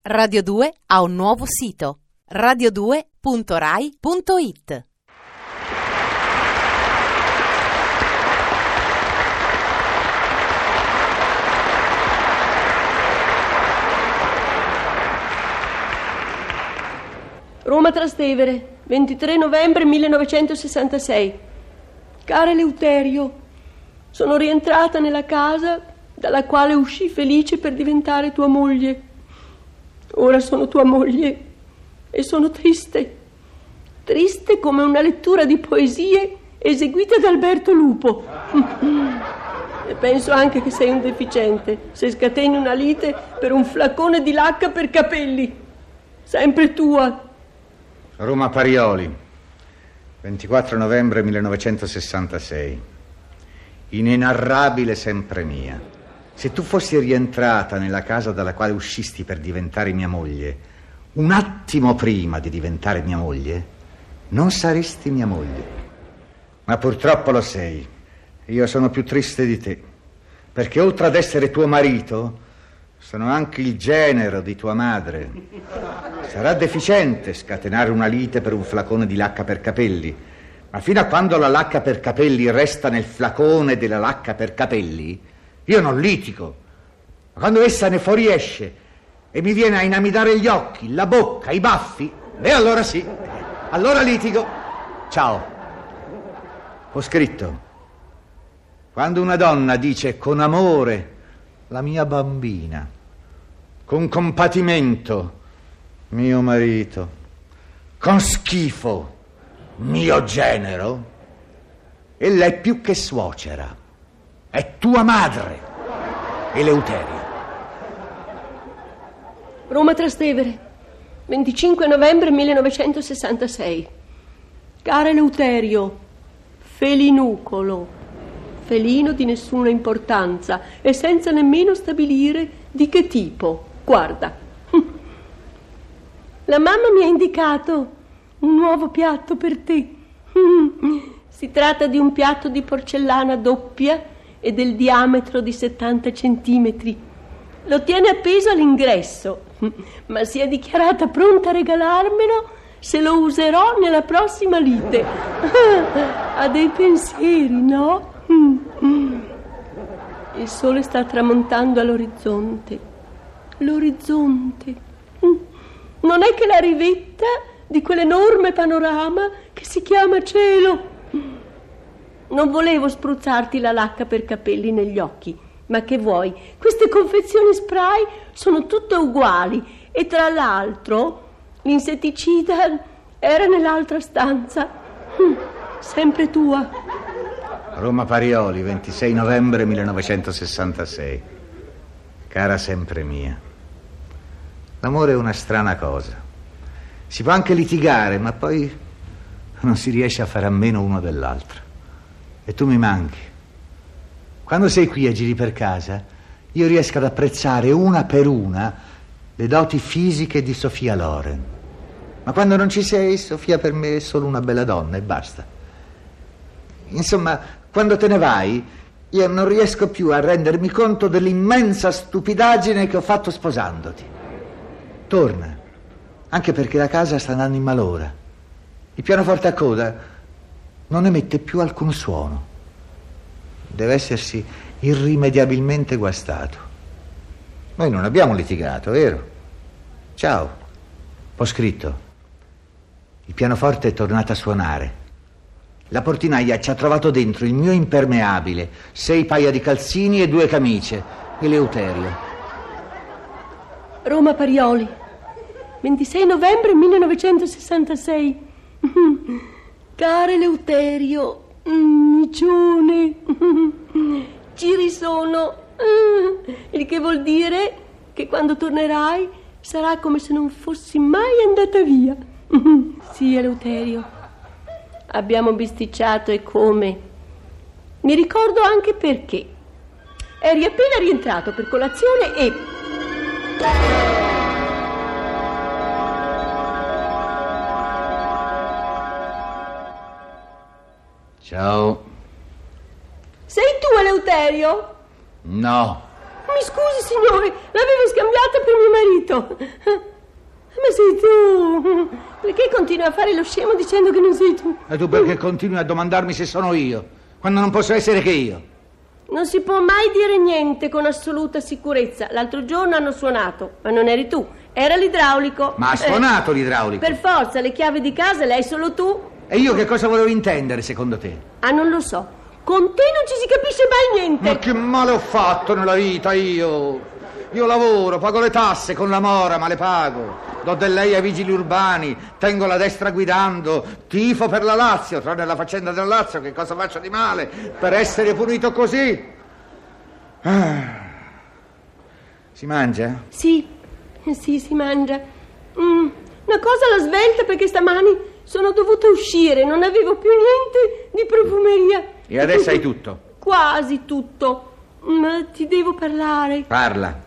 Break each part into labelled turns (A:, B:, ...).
A: Radio 2 ha un nuovo sito: radio2.rai.it.
B: Roma Trastevere, 23 novembre 1966. Cara Eleuterio, sono rientrata nella casa dalla quale uscì felice per diventare tua moglie. Ora sono tua moglie e sono triste come una lettura di poesie eseguite da Alberto Lupo. E penso anche che sei un deficiente se scateni una lite per un flacone di lacca per capelli. Sempre tua.
C: Roma Parioli, 24 novembre 1966. Inenarrabile sempre mia. Se tu fossi rientrata nella casa dalla quale uscisti per diventare mia moglie, un attimo prima di diventare mia moglie, non saresti mia moglie. Ma purtroppo lo sei. Io sono più triste di te, perché oltre ad essere tuo marito, sono anche il genero di tua madre. Sarà deficiente scatenare una lite per un flacone di lacca per capelli, ma fino a quando la lacca per capelli resta nel flacone della lacca per capelli, io non litigo. Ma quando essa ne fuoriesce e mi viene a inamidare gli occhi, la bocca, i baffi, e allora sì, allora litigo. Ciao. Ho scritto: quando una donna dice con amore la mia bambina, con compatimento mio marito, con schifo mio genero, ella è più che suocera, è tua madre, Eleuterio.
B: Roma Trastevere, 25 novembre 1966. Cara Eleuterio, felinucolo, felino di nessuna importanza e senza nemmeno stabilire di che tipo. Guarda, la mamma mi ha indicato un nuovo piatto per te. Si tratta di un piatto di porcellana doppia e del diametro di 70 centimetri. Lo tiene appeso all'ingresso, ma si è dichiarata pronta a regalarmelo se lo userò nella prossima lite. Ha dei pensieri, no? Il sole sta tramontando all'orizzonte. L'orizzonte. Non è che la rivetta di quell'enorme panorama che si chiama cielo. Non volevo spruzzarti la lacca per capelli negli occhi, ma che vuoi? Queste confezioni spray sono tutte uguali e tra l'altro l'insetticida era nell'altra stanza. Sempre tua.
C: Roma Parioli, 26 novembre 1966. Cara sempre mia. L'amore è una strana cosa. Si può anche litigare, ma poi non si riesce a fare a meno uno dell'altro. E tu mi manchi. Quando sei qui e giri per casa, io riesco ad apprezzare una per una le doti fisiche di Sofia Loren. Ma quando non ci sei, Sofia per me è solo una bella donna e basta. Insomma, quando te ne vai, io non riesco più a rendermi conto dell'immensa stupidaggine che ho fatto sposandoti. Torna, anche perché la casa sta andando in malora. Il pianoforte a coda non emette più alcun suono. Deve essersi irrimediabilmente guastato. Noi non abbiamo litigato, vero? Ciao. Ho scritto: il pianoforte è tornato a suonare. La portinaia ci ha trovato dentro il mio impermeabile, 6 paia di calzini e 2 camicie. Eleuterio.
B: Roma Parioli, 26 novembre 1966. Cara Eleuterio, micione, ci risono, il che vuol dire che quando tornerai sarà come se non fossi mai andata via. Sì, Eleuterio, abbiamo bisticciato e come. Mi ricordo anche perché. Eri appena rientrato per colazione e...
C: Ciao.
B: Sei tu, Eleuterio?
C: No,
B: Mi scusi, signore, l'avevo scambiata per mio marito. Ma sei tu? Perché continui a fare lo scemo dicendo che non sei tu?
C: E tu perché continui a domandarmi se sono io, quando non posso essere che io?
B: Non si può mai dire niente con assoluta sicurezza. L'altro giorno hanno suonato, ma non eri tu, era l'idraulico.
C: Ma ha suonato l'idraulico?
B: Per forza, le chiavi di casa le hai solo tu.
C: E io che cosa volevo intendere, secondo te?
B: Ah, non lo so. Con te non ci si capisce mai niente.
C: Ma che male ho fatto nella vita io? Io lavoro, pago le tasse con la mora, ma le pago. Do del lei ai vigili urbani, tengo la destra guidando, tifo per la Lazio, tranne la faccenda del Lazio, che cosa faccio di male per essere punito così? Si mangia?
B: Sì, si mangia. Una cosa alla svelta, perché stamani sono dovuta uscire, non avevo più niente di profumeria.
C: E adesso hai tutto?
B: Quasi tutto, ma ti devo parlare.
C: Parla.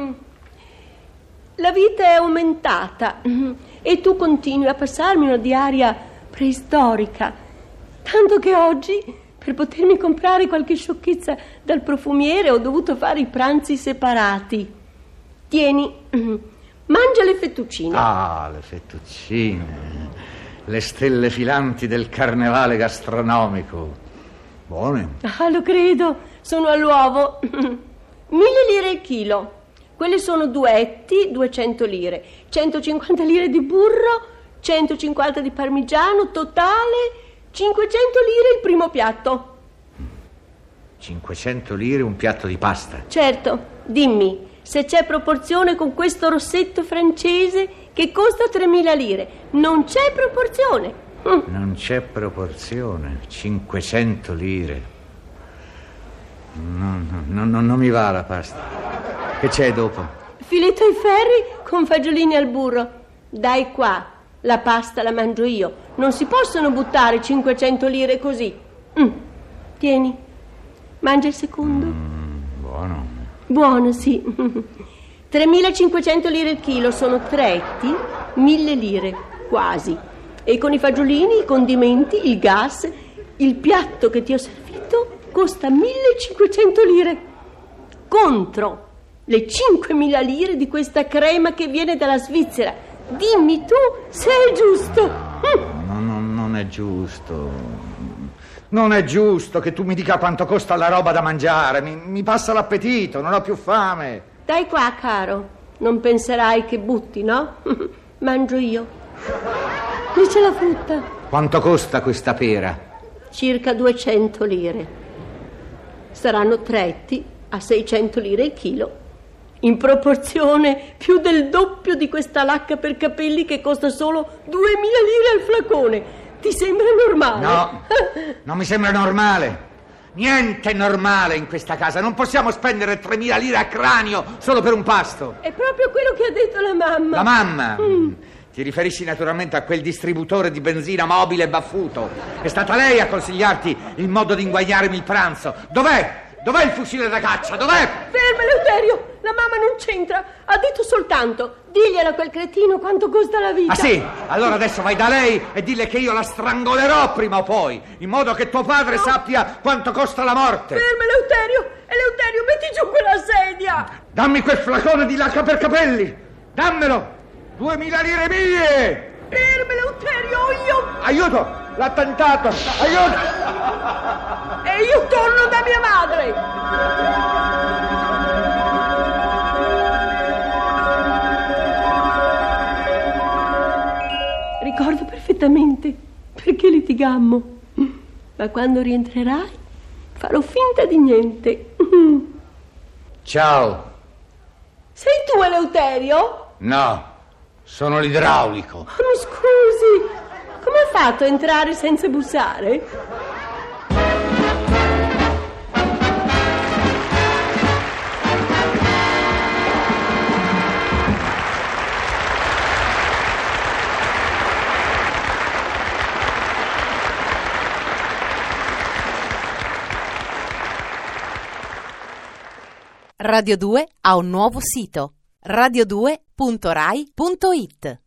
B: La vita è aumentata e tu continui a passarmi una diaria preistorica, tanto che oggi, per potermi comprare qualche sciocchezza dal profumiere, ho dovuto fare i pranzi separati. Tieni, mangia le fettuccine.
C: Ah, le fettuccine, le stelle filanti del carnevale gastronomico. Buone.
B: Ah, lo credo, sono all'uovo. 1.000 lire il chilo. Quelle sono duetti, 200 lire. 150 lire di burro, 150 di parmigiano, totale 500 lire il primo piatto.
C: 500 lire un piatto di pasta?
B: Certo, dimmi, se c'è proporzione con questo rossetto francese che costa 3.000 lire. Non c'è proporzione.
C: Non c'è proporzione. 500 lire. Non mi va la pasta. Che c'è dopo?
B: Filetto ai ferri con fagiolini al burro. Dai qua, la pasta la mangio io. Non si possono buttare 500 lire così. Tieni, mangia il secondo.
C: Buono.
B: Buono, sì. 3.500 lire il chilo, sono 3 etti, 1.000 lire, quasi. E con i fagiolini, i condimenti, il gas, il piatto che ti ho servito costa 1.500 lire. Contro le 5.000 lire di questa crema che viene dalla Svizzera. Dimmi tu se è giusto.
C: Non è giusto. Non è giusto che tu mi dica quanto costa la roba da mangiare. Mi passa l'appetito, non ho più fame.
B: Dai qua, caro. Non penserai che butti, no? Mangio io. Qui c'è la frutta.
C: Quanto costa questa pera?
B: Circa 200 lire. Saranno 3 etti a 600 lire il chilo. In proporzione più del doppio di questa lacca per capelli che costa solo 2.000 lire al flacone. Ti sembra normale?
C: No, non mi sembra normale. Niente è normale in questa casa. Non possiamo spendere 3.000 lire a cranio solo per un pasto.
B: È proprio quello che ha detto la mamma.
C: La mamma? Ti riferisci naturalmente a quel distributore di benzina mobile baffuto. È stata lei a consigliarti il modo di inguagliarmi il pranzo. Dov'è? Dov'è il fucile da caccia? Dov'è?
B: Ferma, Eleuterio! La mamma non c'entra. Ha detto soltanto: diglielo a quel cretino quanto costa la vita.
C: Ah sì? Allora adesso vai da lei e dille che io la strangolerò prima o poi, in modo che tuo padre sappia quanto costa la morte.
B: Ferma, Eleuterio! Eleuterio, metti giù quella sedia!
C: Dammi quel flacone di lacca per capelli! Dammelo! 2.000 lire mie!
B: Ferma, Eleuterio, io...
C: Aiuto! L'attentato! Aiuto!
B: E io torno da mia madre! Ricordo perfettamente perché litigammo, ma quando rientrerai farò finta di niente.
C: Ciao.
B: Sei tu, Eleuterio?
C: No, sono l'idraulico.
B: Oh, mi scusi, come ha fatto a entrare senza bussare?
A: Radio 2 ha un nuovo sito: radio2.rai.it.